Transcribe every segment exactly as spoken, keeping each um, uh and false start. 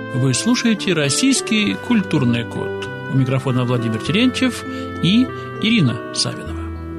Вы слушаете «Российский культурный код». У микрофона Владимир Терентьев и Ирина Савинова.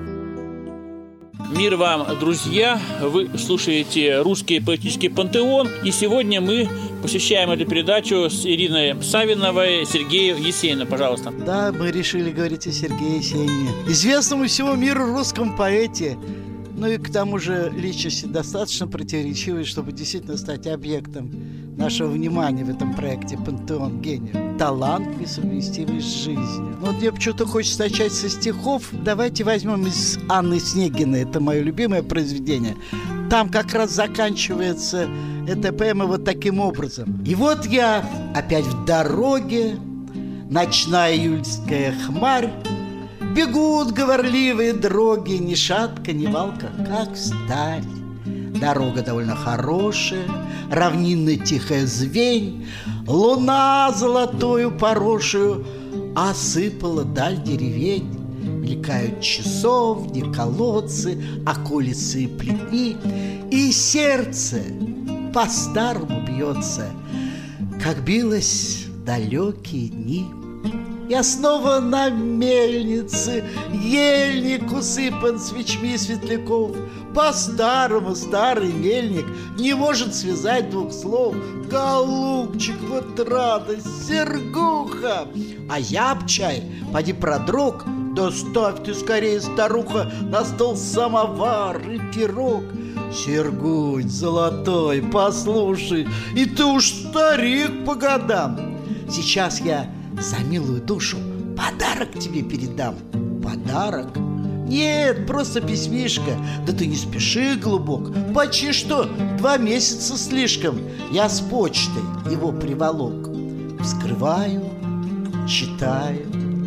Мир вам, друзья! Вы слушаете «Русский поэтический пантеон», и сегодня мы посещаем эту передачу с Ириной Савиновой, Сергеем Есениным. Пожалуйста. Да, мы решили говорить о Сергее Есенине, известному всему миру русском поэте. Ну и к тому же личности достаточно противоречивой, чтобы действительно стать объектом нашего внимания в этом проекте «Пантеон гениев». Талант, несовместимый с жизнью. Ну, вот мне почему-то хочется начать со стихов. Давайте возьмем из Анны Снегиной. Это мое любимое произведение. Там как раз заканчивается эта поэма вот таким образом. И вот я опять в дороге, ночная июльская хмарь, бегут говорливые дроги, ни шатка, ни валка, как сталь. Дорога довольно хорошая, равнинная тихая звень, луна золотою порошую осыпала даль деревень. Мелькают часовни, колодцы, околицы и плетни, и сердце по-старому бьется, как билось в далекие дни. Я снова на мельнице, ельник усыпан свечми светляков. По-старому старый мельник не может связать двух слов. Голубчик, вот радость, Сергуха! А я б чай, поди продрог, да ставь ты скорее, старуха, на стол самовар и пирог. Сергунь золотой, послушай, и ты уж старик по годам. Сейчас я за милую душу подарок тебе передам. Подарок? Нет, просто письмишко. Да ты не спеши, голубок. Почти что, два месяца слишком. Я с почтой его приволок. Вскрываю, читаю.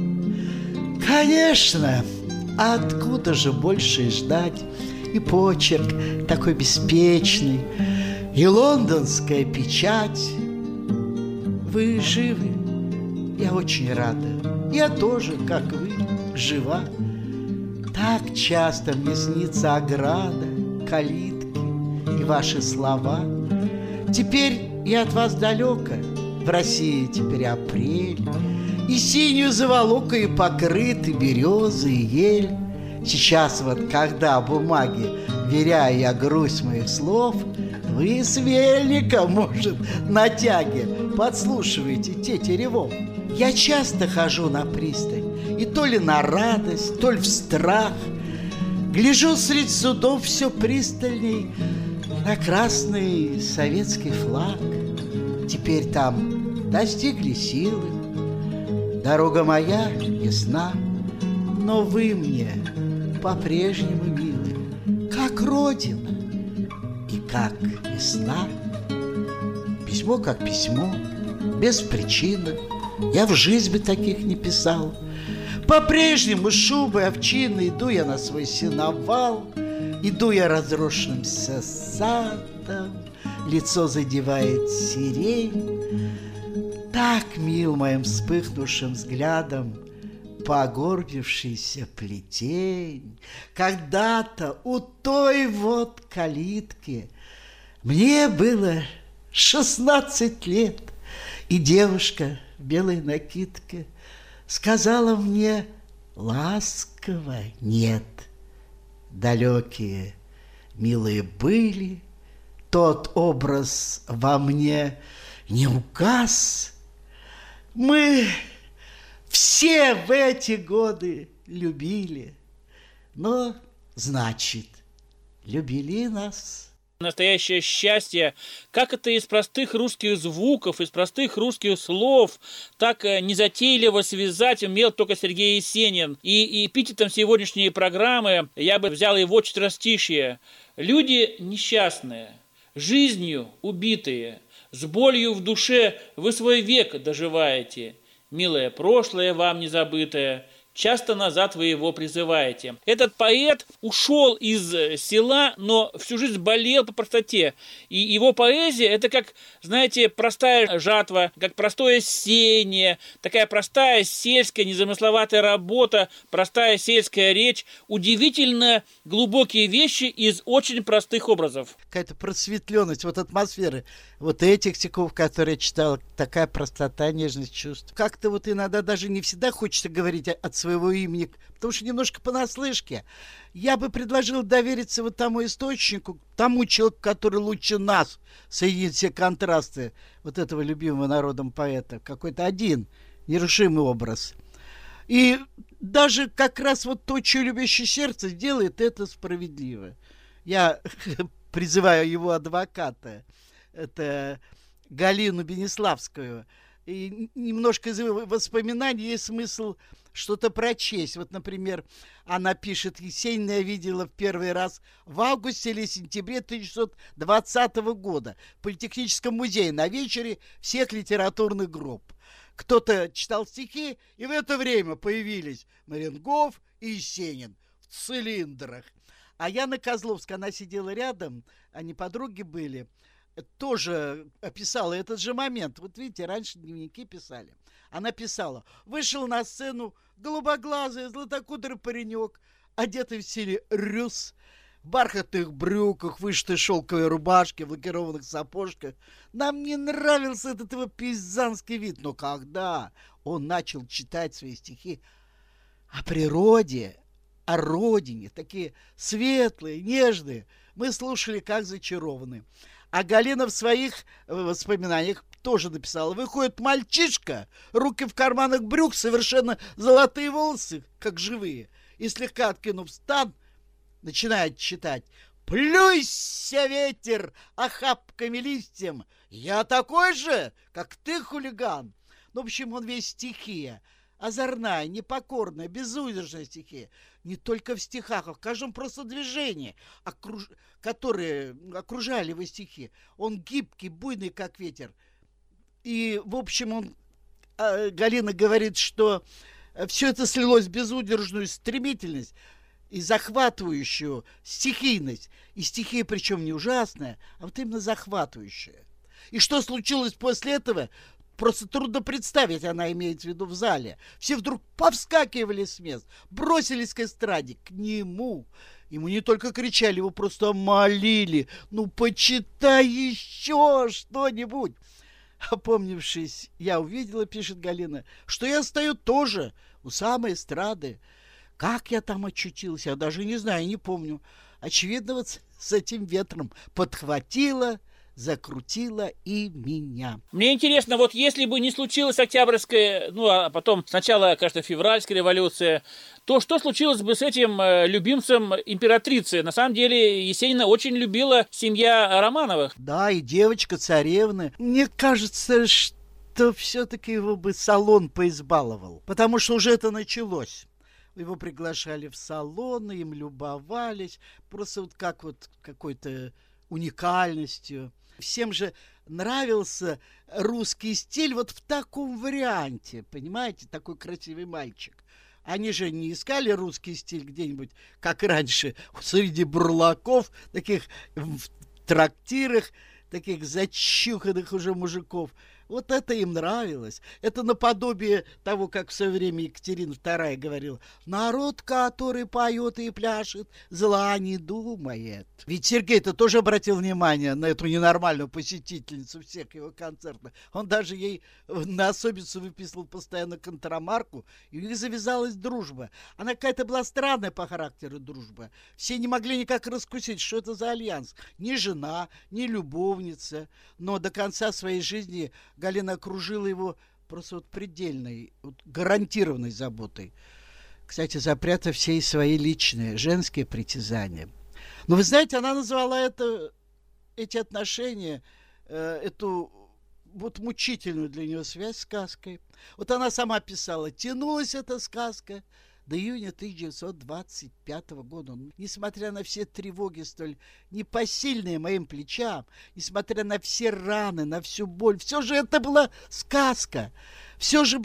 Конечно, откуда же больше ждать? И почерк такой беспечный, и лондонская печать. Вы живы? Я очень рада. Я тоже, как вы, жива. Так часто мне снится ограда, калитки и ваши слова. Теперь я от вас далеко, в России теперь апрель, и синюю заволокой покрыты березы и ель. Сейчас вот, когда бумаги веряю я грусть моих слов, вы с мельником, может, на тяге подслушиваете тетеревов. Я часто хожу на пристань, и то ли на радость, то ли в страх. Гляжу средь судов все пристальней на красный советский флаг. Теперь там достигли силы, дорога моя ясна, но вы мне по-прежнему милы, как родина и как весна. Письмо как письмо, без причины. Я в жизни таких не писал. По-прежнему шубой овчины иду я на свой сеновал. Иду я разросшимся садом, лицо задевает сирень. Так мил моим вспыхнувшим взглядом погорбившийся плетень. Когда-то у той вот калитки мне было шестнадцать лет, и девушка в белой накидке сказала мне ласково «нет». Далекие, милые были, тот образ во мне не указ. Мы все в эти годы любили, но, значит, любили нас. Настоящее счастье, как это из простых русских звуков, из простых русских слов так незатейливо связать умел только Сергей Есенин. И эпитетом сегодняшней программы я бы взял его четверостишие. Люди несчастные, жизнью убитые, с болью в душе вы свой век доживаете. Милое прошлое вам не забытое, часто назад вы его призываете. Этот поэт ушел из села, но всю жизнь болел по простоте. И его поэзия – это как, знаете, простая жатва, как простое сеяние, такая простая сельская незамысловатая работа, простая сельская речь, удивительно глубокие вещи из очень простых образов. Какая-то просветленность, вот атмосферы вот этих стихов, которые я читал, такая простота, нежность чувств. Как-то вот иногда даже не всегда хочется говорить от своего имени, потому что немножко понаслышке. Я бы предложил довериться вот тому источнику, тому человеку, который лучше нас соединит все контрасты вот этого любимого народом поэта. Какой-то один нерушимый образ. И даже как раз вот то, что любящее сердце делает, это справедливо. Я призываю его адвоката, это Галину Бенеславскую. И немножко из его воспоминаний есть смысл что-то прочесть. Вот, например, она пишет: «Есенина я видела в первый раз в августе или сентябре тысяча девятьсот двадцатого года в Политехническом музее на вечере всех литературных групп. Кто-то читал стихи, и в это время появились Маренгоф и Есенин в цилиндрах. А Яна Козловская, она сидела рядом, они подруги были, тоже описала этот же момент. Вот видите, раньше дневники писали. Она писала: вышел на сцену голубоглазый, златокудрый паренек, одетый в стиле рюс, в бархатных брюках, вышитой шелковой рубашке, в лакированных сапожках. Нам не нравился этот его пейзанский вид, но когда он начал читать свои стихи о природе, о родине, такие светлые, нежные, мы слушали как зачарованные». А Галина в своих воспоминаниях тоже написала: выходит мальчишка, руки в карманах брюк, совершенно золотые волосы, как живые, и слегка откинув стан, начинает читать: «Плюйся, ветер, охапками листьем, я такой же, как ты, хулиган». Ну, в общем, он весь стихия, озорная, непокорная, безудержная стихия. Не только в стихах, а в каждом просто движении, окруж... которые окружали его стихи. Он гибкий, буйный, как ветер. И, в общем, он, Галина говорит, что все это слилось в безудержную стремительность и захватывающую стихийность. И стихия, причем не ужасная, а вот именно захватывающая. И что случилось после этого, просто трудно представить, она имеет в виду в зале. Все вдруг повскакивали с мест, бросились к эстраде, к нему. Ему не только кричали, его просто молили: ну, почитай еще что-нибудь. Опомнившись, я увидела, пишет Галина, что я стою тоже у самой эстрады. Как я там очутился, я даже не знаю, не помню. Очевидно, вот с этим ветром подхватила, закрутила и меня. Мне интересно, вот если бы не случилась Октябрьская, ну, а потом сначала, конечно, Февральская революция, то что случилось бы с этим любимцем императрицы? На самом деле, Есенина очень любила семья Романовых. Да, и девочка царевны. Мне кажется, что все-таки его бы салон поизбаловал, потому что уже это началось. Его приглашали в салоны, им любовались, просто вот как вот какой-то уникальностью. Всем же нравился русский стиль вот в таком варианте, понимаете, такой красивый мальчик. Они же не искали русский стиль где-нибудь, как раньше, среди бурлаков, таких в трактирах, таких зачуханных уже мужиков. Вот это им нравилось. Это наподобие того, как в свое время Екатерина вторая говорила: народ, который поет и пляшет, зла не думает. Ведь Сергей-то тоже обратил внимание на эту ненормальную посетительницу всех его концертов. Он даже ей на особицу выписывал постоянно контрамарку, и у них завязалась дружба. Она какая-то была странная по характеру дружба. Все не могли никак раскусить, что это за альянс. Ни жена, ни любовница. Но до конца своей жизни Галина окружила его просто вот предельной, вот гарантированной заботой. Кстати, запрятав все свои личные, женские притязания. Но вы знаете, она назвала это, эти отношения, э, эту вот мучительную для нее связь сказкой. Вот она сама писала: тянулась эта сказка до июня тысяча девятьсот двадцать пятого года. Несмотря на все тревоги, столь непосильные моим плечам, несмотря на все раны, на всю боль, все же это была сказка. Все же было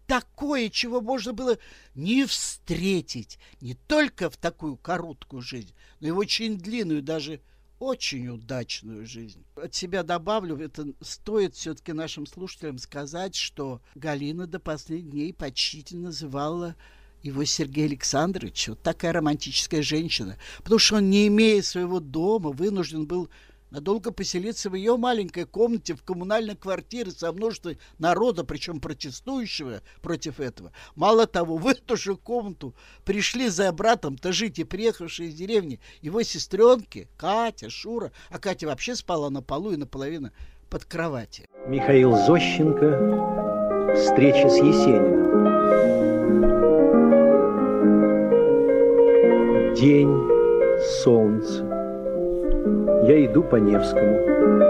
такое, чего можно было не встретить не только в такую короткую жизнь, но и в очень длинную, даже очень удачную жизнь. От себя добавлю, это стоит все-таки нашим слушателям сказать, что Галина до последних дней почти называла его Сергей Александрович. Вот такая романтическая женщина. Потому что он, не имея своего дома, вынужден был надолго поселиться в ее маленькой комнате в коммунальной квартире со множеством народа, причем протестующего против этого. Мало того, в эту же комнату пришли за братом-то жить и приехавшие из деревни его сестренки Катя, Шура, а Катя вообще спала на полу и наполовину под кроватью. Михаил Зощенко. Встреча с Есениным. День, солнце. Я иду по Невскому.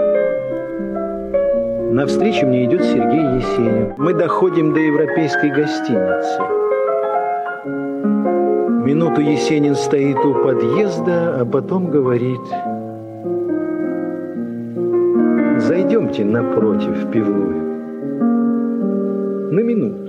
Навстречу мне идет Сергей Есенин. Мы доходим до европейской гостиницы. Минуту Есенин стоит у подъезда, а потом говорит: зайдемте напротив в пивную. На минуту.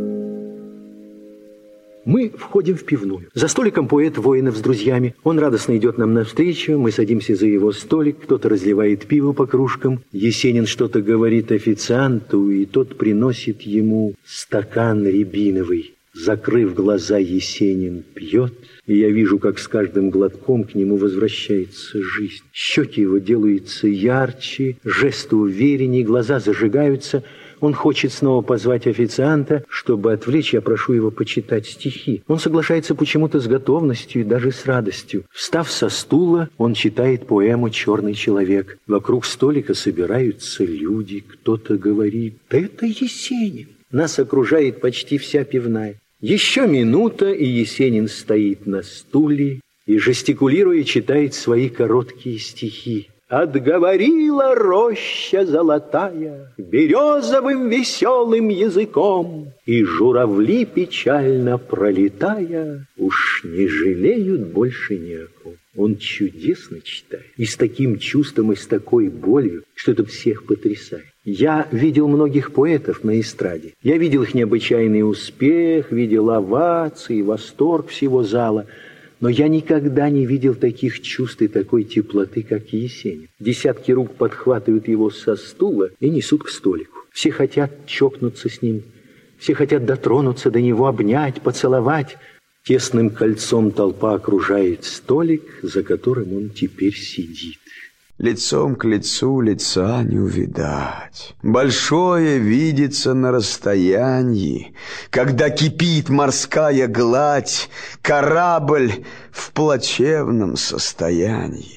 Мы входим в пивную. За столиком поэт Воинов с друзьями. Он радостно идет нам навстречу. Мы садимся за его столик. Кто-то разливает пиво по кружкам. Есенин что-то говорит официанту, и тот приносит ему стакан рябиновый. Закрыв глаза, Есенин пьет. И я вижу, как с каждым глотком к нему возвращается жизнь. Щеки его делаются ярче, жесты увереннее, глаза зажигаются. Он хочет снова позвать официанта. Чтобы отвлечь, я прошу его почитать стихи. Он соглашается почему-то с готовностью и даже с радостью. Встав со стула, он читает поэму «Черный человек». Вокруг столика собираются люди. Кто-то говорит: «Да это Есенин». Нас окружает почти вся пивная. Еще минута, и Есенин стоит на стуле и, жестикулируя, читает свои короткие стихи. Отговорила роща золотая березовым веселым языком, и журавли, печально пролетая, уж не жалеют больше ни о ком. Он чудесно читает, и с таким чувством, и с такой болью, что это всех потрясает. Я видел многих поэтов на эстраде. Я видел их необычайный успех, видел овации, восторг всего зала. Но я никогда не видел таких чувств и такой теплоты, как Есенин. Десятки рук подхватывают его со стула и несут к столику. Все хотят чокнуться с ним. Все хотят дотронуться до него, обнять, поцеловать. Тесным кольцом толпа окружает столик, за которым он теперь сидит. Лицом к лицу лица не увидать. Большое видится на расстоянии, когда кипит морская гладь, корабль в плачевном состоянии.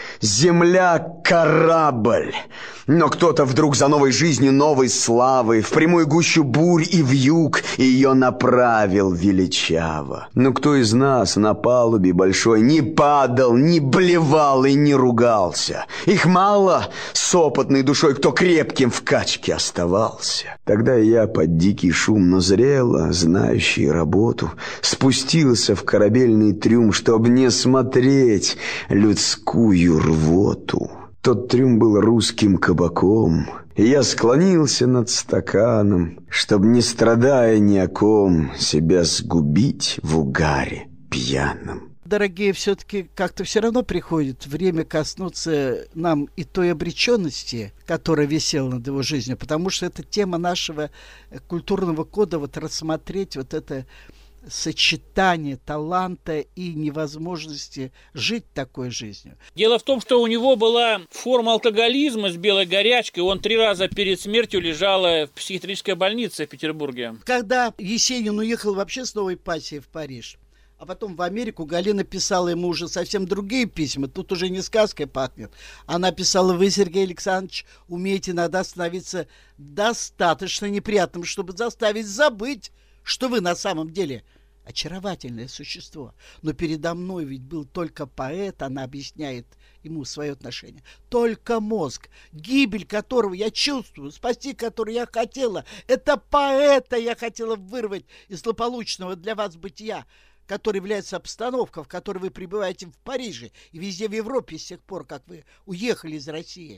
Земля — корабль, но кто-то вдруг за новой жизнью, новой славы в прямую гущу бурь и вьюг ее направил величаво. Но кто из нас на палубе большой не падал, не блевал и не ругался? Их мало с опытной душой, кто крепким в качке оставался. Тогда я под дикий шум, но зрело, знающий работу, спустился в корабельный трюм, чтоб не смотреть людскую рвоту. Тот трюм был русским кабаком, и я склонился над стаканом, чтоб, не страдая ни о ком, себя сгубить в угаре пьяном. Дорогие, все-таки как-то все равно приходит время коснуться нам и той обреченности, которая висела над его жизнью, потому что это тема нашего культурного кода, вот рассмотреть вот это сочетание таланта и невозможности жить такой жизнью. Дело в том, что у него была форма алкоголизма с белой горячкой. Он три раза перед смертью лежал в психиатрической больнице в Петербурге. Когда Есенин уехал вообще с новой пассией в Париж, а потом в Америку, Галина писала ему уже совсем другие письма. Тут уже не сказкой пахнет. Она писала: вы, Сергей Александрович, умеете иногда становиться достаточно неприятным, чтобы заставить забыть, что вы на самом деле очаровательное существо. Но передо мной ведь был только поэт, она объясняет ему свое отношение. Только мозг, гибель которого я чувствую, спасти который я хотела. Это поэта я хотела вырвать из злополучного для вас бытия, который является обстановка, в которой вы пребываете в Париже и везде в Европе с тех пор, как вы уехали из России.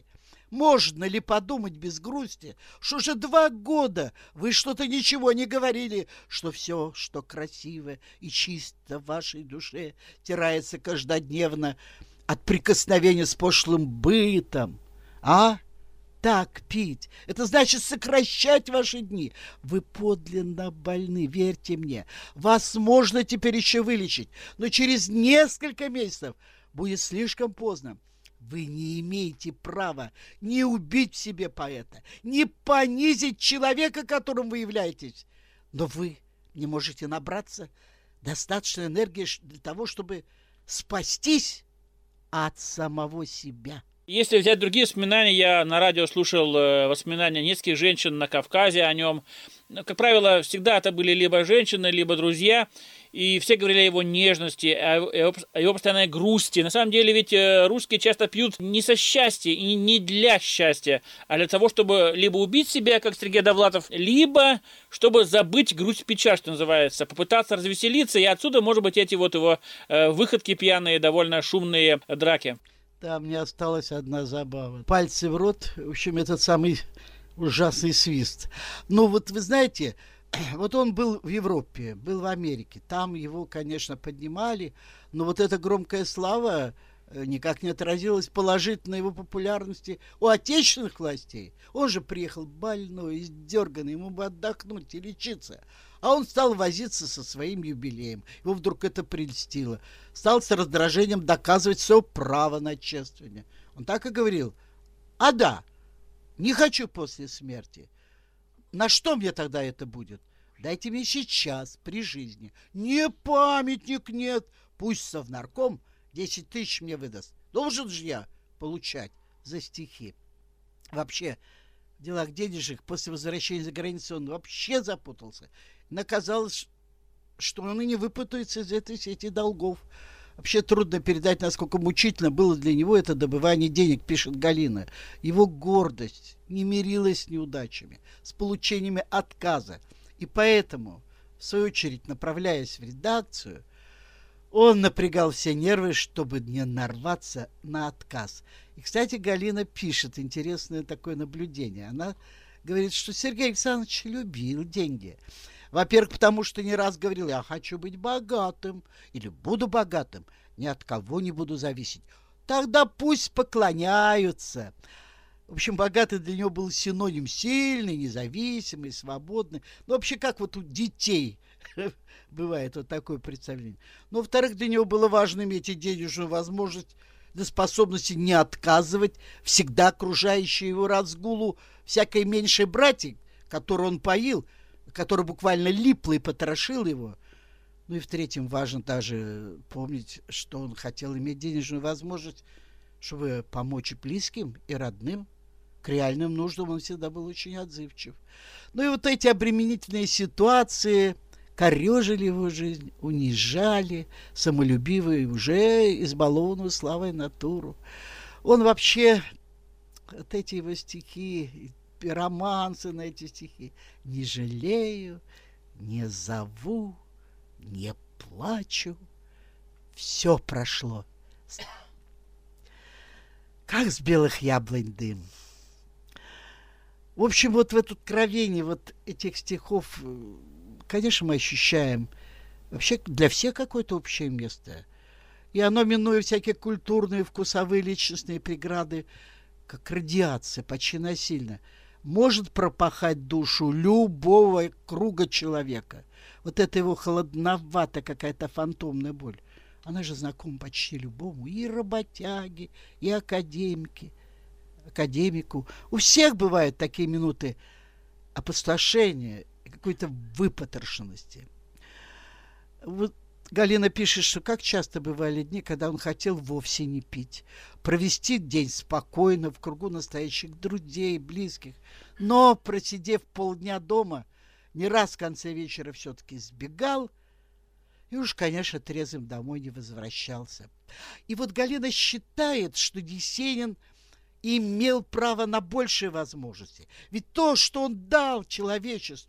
Можно ли подумать без грусти, что уже два года вы что-то ничего не говорили, что все, что красиво и чисто в вашей душе, тирается каждодневно от прикосновения с пошлым бытом? А? Так пить — это значит сокращать ваши дни. Вы подлинно больны, верьте мне. Вас можно теперь еще вылечить, но через несколько месяцев будет слишком поздно. Вы не имеете права не убить в себе поэта, не понизить человека, которым вы являетесь. Но вы не можете набраться достаточно энергии для того, чтобы спастись от самого себя. Если взять другие воспоминания, я на радио слушал воспоминания нескольких женщин на Кавказе о нем. Как правило, всегда это были либо женщины, либо друзья. И все говорили о его нежности, о его, о его постоянной грусти. На самом деле ведь русские часто пьют не со счастья и не для счастья, а для того, чтобы либо убить себя, как Сергей Довлатов, либо чтобы забыть грусть, печаль, что называется, попытаться развеселиться. И отсюда, может быть, эти вот его выходки пьяные, довольно шумные драки. Да, мне осталась одна забава. Пальцы в рот, в общем, этот самый ужасный свист. Ну вот вы знаете, вот он был в Европе, был в Америке. Там его, конечно, поднимали, но вот эта громкая слава никак не отразилась положительно на его популярности у отечественных властей. Он же приехал больной, издерганный, ему бы отдохнуть и лечиться. А он стал возиться со своим юбилеем. Его вдруг это прельстило. Стал с раздражением доказывать свое право на чествование. Он так и говорил: а да, не хочу после смерти. На что мне тогда это будет? Дайте мне сейчас, при жизни. Не памятник, нет. Пусть совнарком десять тысяч мне выдаст. Должен же я получать за стихи. Вообще, в делах денежных после возвращения за границу он вообще запутался. Наказалось, что он и не выпутается из этой сети долгов. Вообще трудно передать, насколько мучительно было для него это добывание денег, пишет Галина. Его гордость не мирилась с неудачами, с получениями отказа. И поэтому, в свою очередь, направляясь в редакцию, он напрягал все нервы, чтобы не нарваться на отказ. И, кстати, Галина пишет интересное такое наблюдение. Она говорит, что Сергей Александрович любил деньги. Во-первых, потому что не раз говорил: я хочу быть богатым или буду богатым, ни от кого не буду зависеть. Тогда пусть поклоняются. В общем, богатый для него был синоним сильный, независимый, свободный. Ну, вообще, как вот у детей бывает вот такое представление. Но, во-вторых, для него было важно иметь и денежную возможность, до способности не отказывать всегда окружающей его разгулу всякой меньшей братьей, которую он поил, который буквально липло и потрошил его. Ну и в-третьем, важно также помнить, что он хотел иметь денежную возможность, чтобы помочь и близким, и родным. К реальным нуждам он всегда был очень отзывчив. Ну и вот эти обременительные ситуации корежили его жизнь, унижали самолюбивую, уже избалованную славой натуру. Он вообще, вот эти его стихи, романсы на эти стихи: не жалею, не зову, не плачу, все прошло, как с белых яблонь дым. В общем, вот в это откровение вот этих стихов, конечно, мы ощущаем вообще для всех какое-то общее место. И оно, минуя всякие культурные, вкусовые, личностные преграды, как радиация, почти насильно, может пропахать душу любого круга человека. Вот это его холодноватая какая-то фантомная боль, она же знакома почти любому, и работяге, и академике, академику. У всех бывают такие минуты опустошения и какой-то выпотрошенности. Вот Галина пишет, что как часто бывали дни, когда он хотел вовсе не пить, провести день спокойно в кругу настоящих друзей, близких, но, просидев полдня дома, не раз в конце вечера все-таки сбегал и уж, конечно, трезвым домой не возвращался. И вот Галина считает, что Есенин имел право на большие возможности. Ведь то, что он дал человечеству,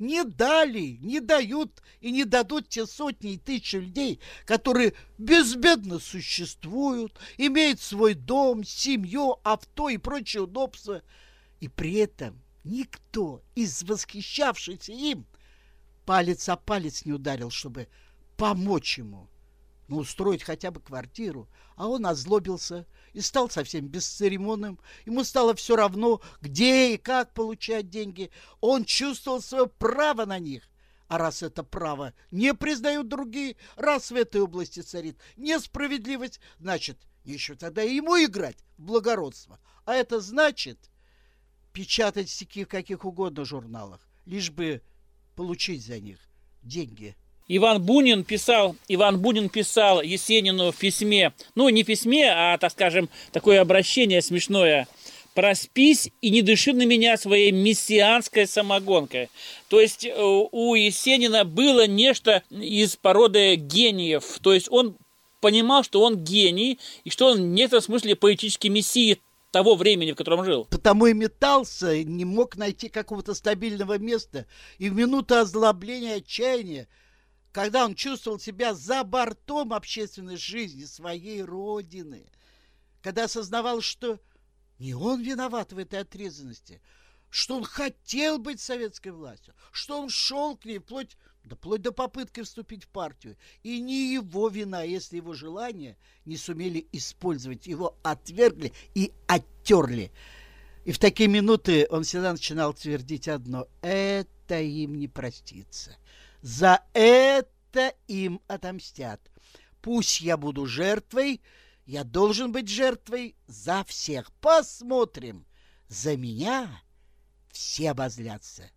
не дали, не дают и не дадут те сотни и тысячи людей, которые безбедно существуют, имеют свой дом, семью, авто и прочие удобства. И при этом никто из восхищавшихся им палец о палец не ударил, чтобы помочь ему, ну, устроить хотя бы квартиру. А он озлобился и стал совсем бесцеремонным. Ему стало все равно, где и как получать деньги. Он чувствовал свое право на них. А раз это право не признают другие, раз в этой области царит несправедливость, значит, еще тогда и ему играть в благородство. А это значит печатать стихи в каких угодно журналах, лишь бы получить за них деньги. Иван Бунин писал, Иван Бунин писал Есенину в письме, ну, не в письме, а, так скажем, такое обращение смешное: «Проспись и не дыши на меня своей мессианской самогонкой». То есть у Есенина было нечто из породы гениев, то есть он понимал, что он гений, и что он в некотором смысле поэтический мессия того времени, в котором жил. Потому и метался, не мог найти какого-то стабильного места, и в минуту озлобления, отчаяния, когда он чувствовал себя за бортом общественной жизни своей родины, когда осознавал, что не он виноват в этой отрезанности, что он хотел быть советской властью, что он шел к ней вплоть, да, вплоть до попытки вступить в партию, и не его вина, если его желания не сумели использовать, его отвергли и оттерли. И в такие минуты он всегда начинал твердить одно: это им не простится. За это им отомстят. Пусть я буду жертвой, я должен быть жертвой за всех. Посмотрим. За меня все обозлятся.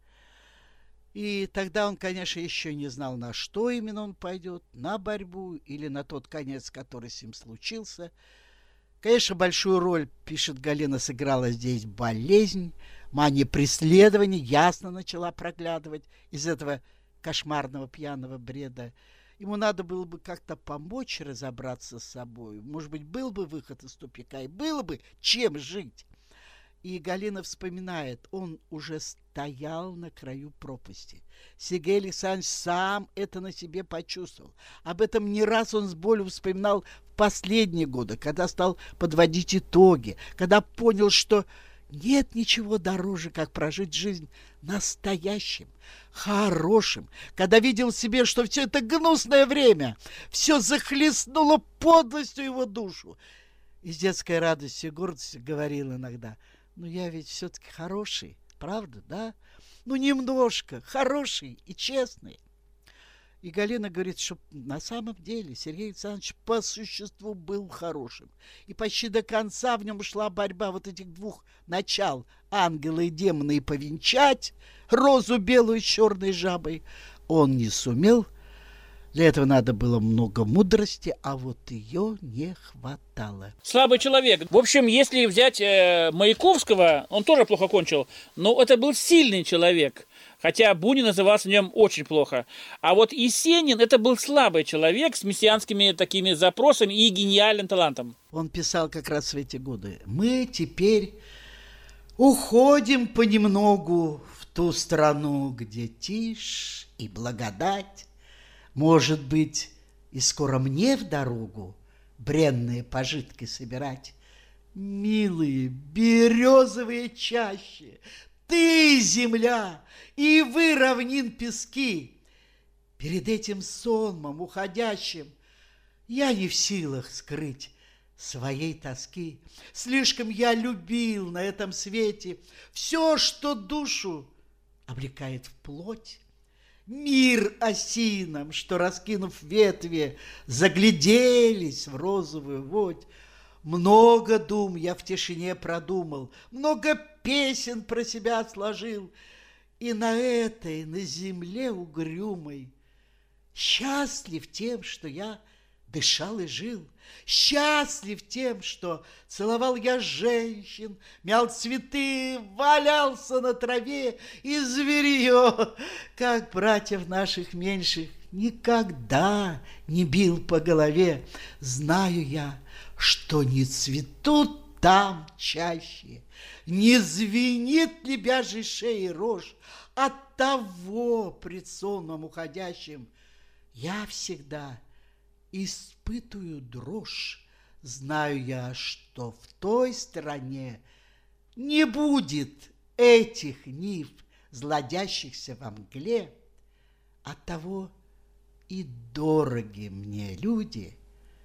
И тогда он, конечно, еще не знал, на что именно он пойдет, на борьбу или на тот конец, который с ним случился. Конечно, большую роль, пишет Галина, сыграла здесь болезнь, мания преследования ясно начала проглядывать из этого кошмарного пьяного бреда. Ему надо было бы как-то помочь разобраться с собой. Может быть, был бы выход из тупика, и было бы чем жить. И Галина вспоминает, он уже стоял на краю пропасти. Сергей Александрович сам это на себе почувствовал. Об этом не раз он с болью вспоминал в последние годы, когда стал подводить итоги, когда понял, что нет ничего дороже, как прожить жизнь настоящим, хорошим, когда видел в себе, что все это гнусное время, все захлестнуло подлостью его душу. И с детской радостью и гордостью говорил иногда: ну я ведь все-таки хороший, правда, да? Ну немножко хороший и честный. И Галина говорит, что на самом деле Сергей Александрович по существу был хорошим. И почти до конца в нем шла борьба вот этих двух начал: ангела и демона, и повенчать розу белую с черной жабой он не сумел. Для этого надо было много мудрости, а вот ее не хватало. Слабый человек. В общем, если взять э, Маяковского, он тоже плохо кончил, но это был сильный человек. Хотя Бунин назывался в нем очень плохо. А вот Есенин — это был слабый человек с мессианскими такими запросами и гениальным талантом. Он писал как раз в эти годы: мы теперь уходим понемногу в ту страну, где тишь и благодать. Может быть, и скоро мне в дорогу бренные пожитки собирать. Милые березовые чащи, ты, земля, и вы, равнин пески. Перед этим сонмом уходящим я не в силах скрыть своей тоски. Слишком я любил на этом свете все, что душу облекает в плоть. Мир осинам, что, раскинув ветви, загляделись в розовую водь. Много дум я в тишине продумал, много песен про себя сложил. И на этой, на земле угрюмой, счастлив тем, что я дышал и жил. Счастлив тем, что целовал я женщин, мял цветы, валялся на траве, и зверье, как братьев наших меньших, никогда не бил по голове. Знаю я, что не цветут там чаще, не звенит лебяжьей шеей рожь, от того пред сонмом уходящим я всегда испытываю дрожь. Знаю я, что в той стране не будет этих нив, злодящихся во мгле. Оттого и дороги мне люди,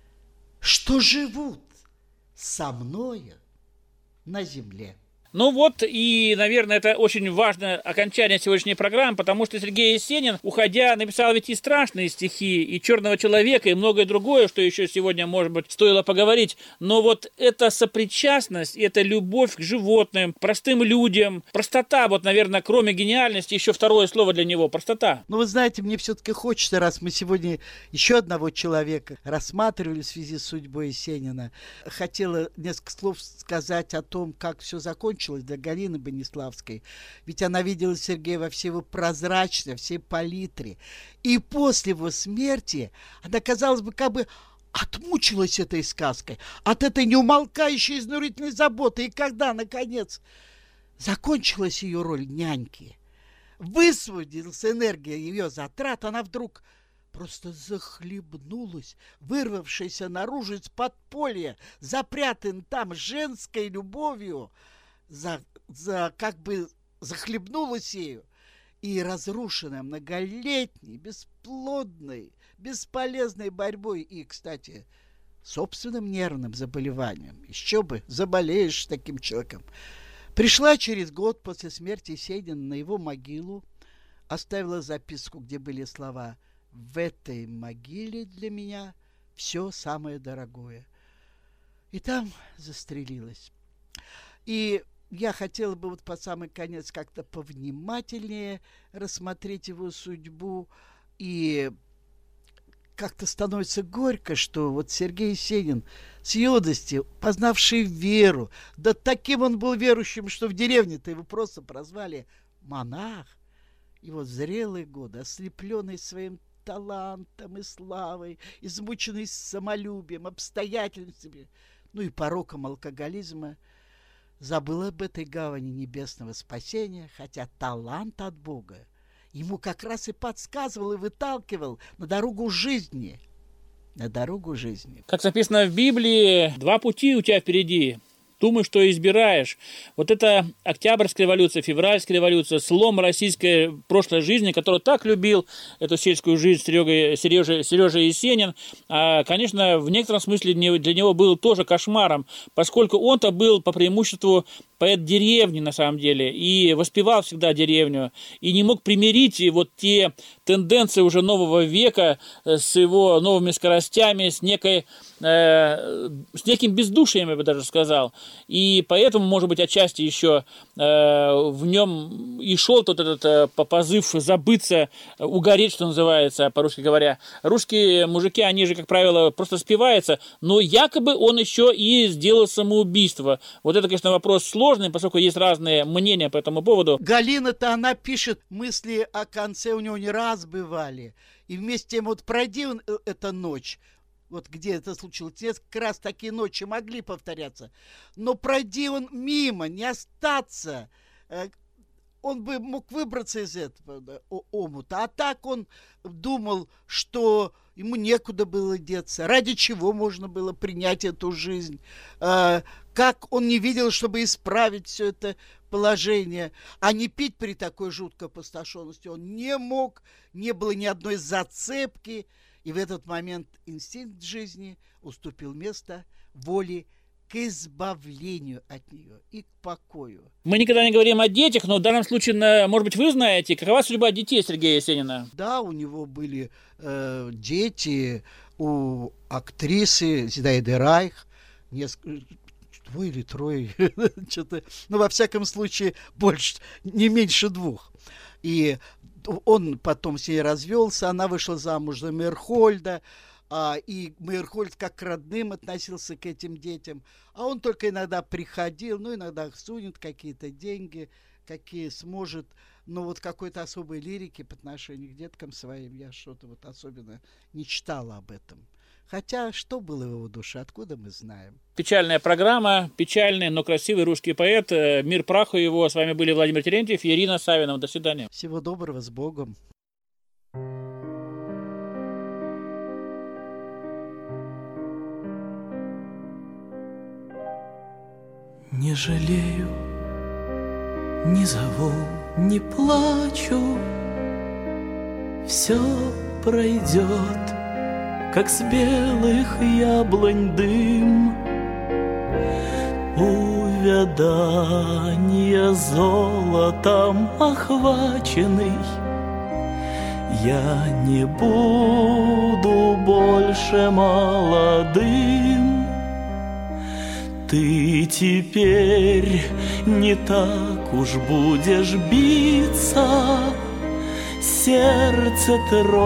что живут со мною на земле. Ну вот, и, наверное, это очень важное окончание сегодняшней программы, потому что Сергей Есенин, уходя, написал ведь и страшные стихи, и «Черного человека», и многое другое, что еще сегодня, может быть, стоило поговорить. Но вот эта сопричастность, эта любовь к животным, простым людям, простота, вот, наверное, кроме гениальности, еще второе слово для него – простота. Ну, вы знаете, мне все-таки хочется, раз мы сегодня еще одного человека рассматривали в связи с судьбой Есенина, хотела несколько слов сказать о том, как все закончилось для Галины Бониславской. Ведь она видела Сергея во всей его прозрачности, во всей палитре. И после его смерти она, казалось бы, как бы отмучилась этой сказкой, от этой неумолкающей изнурительной заботы. И когда, наконец, закончилась ее роль няньки, высвободилась энергия ее затрат, она вдруг просто захлебнулась, вырвавшаяся наружу из подполья, запрятан там женской любовью, за, за как бы захлебнулась ею, и разрушенная многолетней, бесплодной, бесполезной борьбой и, кстати, собственным нервным заболеванием. Еще бы, заболеешь таким человеком. Пришла через год после смерти Есенина на его могилу, оставила записку, где были слова: «В этой могиле для меня все самое дорогое». И там застрелилась. И я хотела бы вот под самый конец как-то повнимательнее рассмотреть его судьбу. И как-то становится горько, что вот Сергей Есенин с юности, познавший веру, да таким он был верующим, что в деревне-то его просто прозвали монах. И вот в зрелые годы, ослепленный своим талантом и славой, измученный самолюбием, обстоятельствами, ну и пороком алкоголизма, забыл об этой гавани небесного спасения, хотя талант от Бога ему как раз и подсказывал и выталкивал на дорогу жизни. На дорогу жизни. Как написано в Библии, два пути у тебя впереди. Думай, что избираешь. Вот это Октябрьская революция, Февральская революция, слом российской прошлой жизни, которую так любил эту сельскую жизнь Серега, Сережа, Сережа Есенин, а, конечно, в некотором смысле для него был тоже кошмаром, поскольку он-то был по преимуществу поэт деревни, на самом деле, и воспевал всегда деревню, и не мог примирить вот те тенденции уже нового века с его новыми скоростями, с некой, э, с неким бездушием, я бы даже сказал. И поэтому, может быть, отчасти еще э, в нем и шел тот этот э, позыв забыться, угореть, что называется, по-русски говоря. Русские мужики, они же, как правило, просто спиваются, но якобы он еще и сделал самоубийство. Вот это, конечно, вопрос сложный, поскольку есть разные мнения по этому поводу. Галина-то, она пишет, мысли о конце у него не раз бывали. И вместе с тем, вот пройди он эта ночь, вот где это случилось, несколько раз такие ночи могли повторяться, но пройди он мимо, не остаться, он бы мог выбраться из этого омута. А так он думал, что ему некуда было деться, ради чего можно было принять эту жизнь, как он не видел, чтобы исправить все это положение, а не пить при такой жуткой опустошенности он не мог, не было ни одной зацепки. И в этот момент инстинкт жизни уступил место воле к избавлению от нее и к покою. Мы никогда не говорим о детях, но в данном случае, может быть, вы знаете, какова судьба детей Сергея Есенина? Да, у него были э, дети, у актрисы Зинаиды Райх, несколько, двое или трое, что-то, ну, во всяком случае, больше, не меньше двух. И он потом с ней развелся, она вышла замуж за Мейерхольда, а, и Мейерхольд как к родным относился к этим детям, а он только иногда приходил, ну, иногда сунет какие-то деньги, какие сможет, но вот какой-то особой лирики по отношению к деткам своим я что-то вот особенно не читала об этом. Хотя, что было в его душе, откуда мы знаем? Печальная программа, печальный, но красивый русский поэт. Мир праху его. С вами были Владимир Терентьев и Ирина Савинова. До свидания. Всего доброго, с Богом. Не жалею, не зову, не плачу, все пройдет, как с белых яблонь дым. Увядания золотом охваченный, я не буду больше молодым. Ты теперь не так уж будешь биться, сердце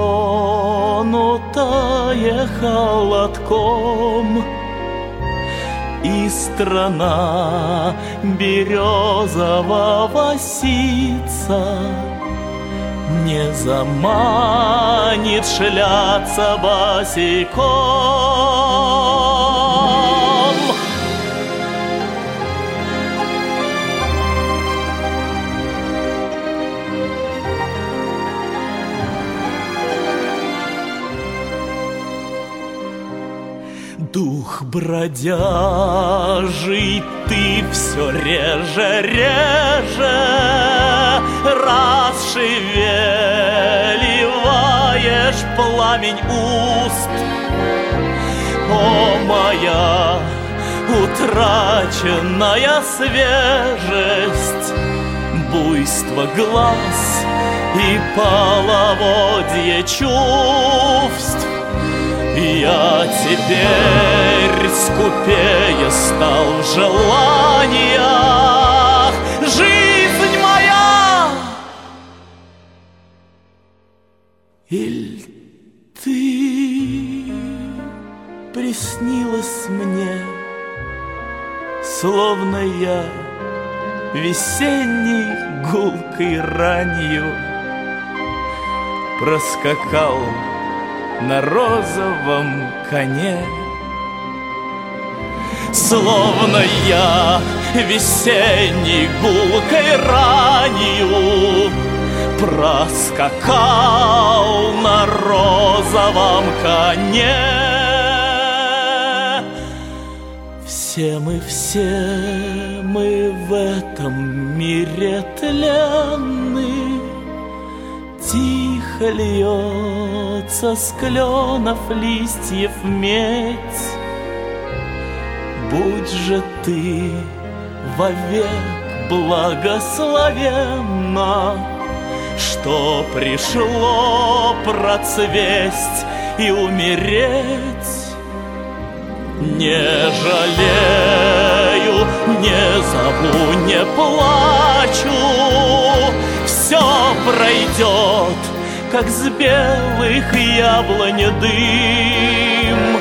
тронутое холодком, и страна березового ситца не заманит шляться босиком. Дух бродяжий, ты все реже, реже расшевеливаешь пламень уст. О, моя утраченная свежесть, буйство глаз и половодье чувств. Я теперь скупее стал в желаниях. Жизнь моя! Иль ты приснилась мне, словно я весенней гулкой ранью проскакал на розовом коне, словно я весенней гулкой ранью проскакал на розовом коне. Все мы, все мы в этом мире тленны, тихо льется с кленов листьев медь. Будь же ты вовек благословенна, что пришло процвесть и умереть. Не жалею, не зову, не плачу, все пройдет, как с белых яблонь дым.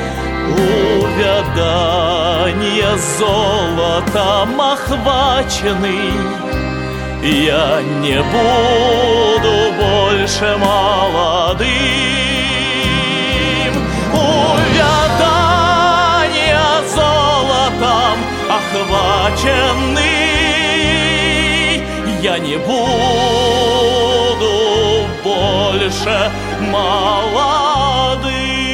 Увядание золотом охваченный, я не буду больше молодым. Увядание золотом охваченный, я не буду больше молодым.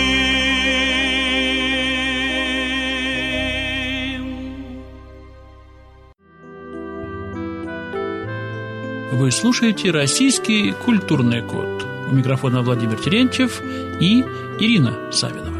Вы слушаете «Российский культурный код». У микрофона Владимир Терентьев и Ирина Савинова.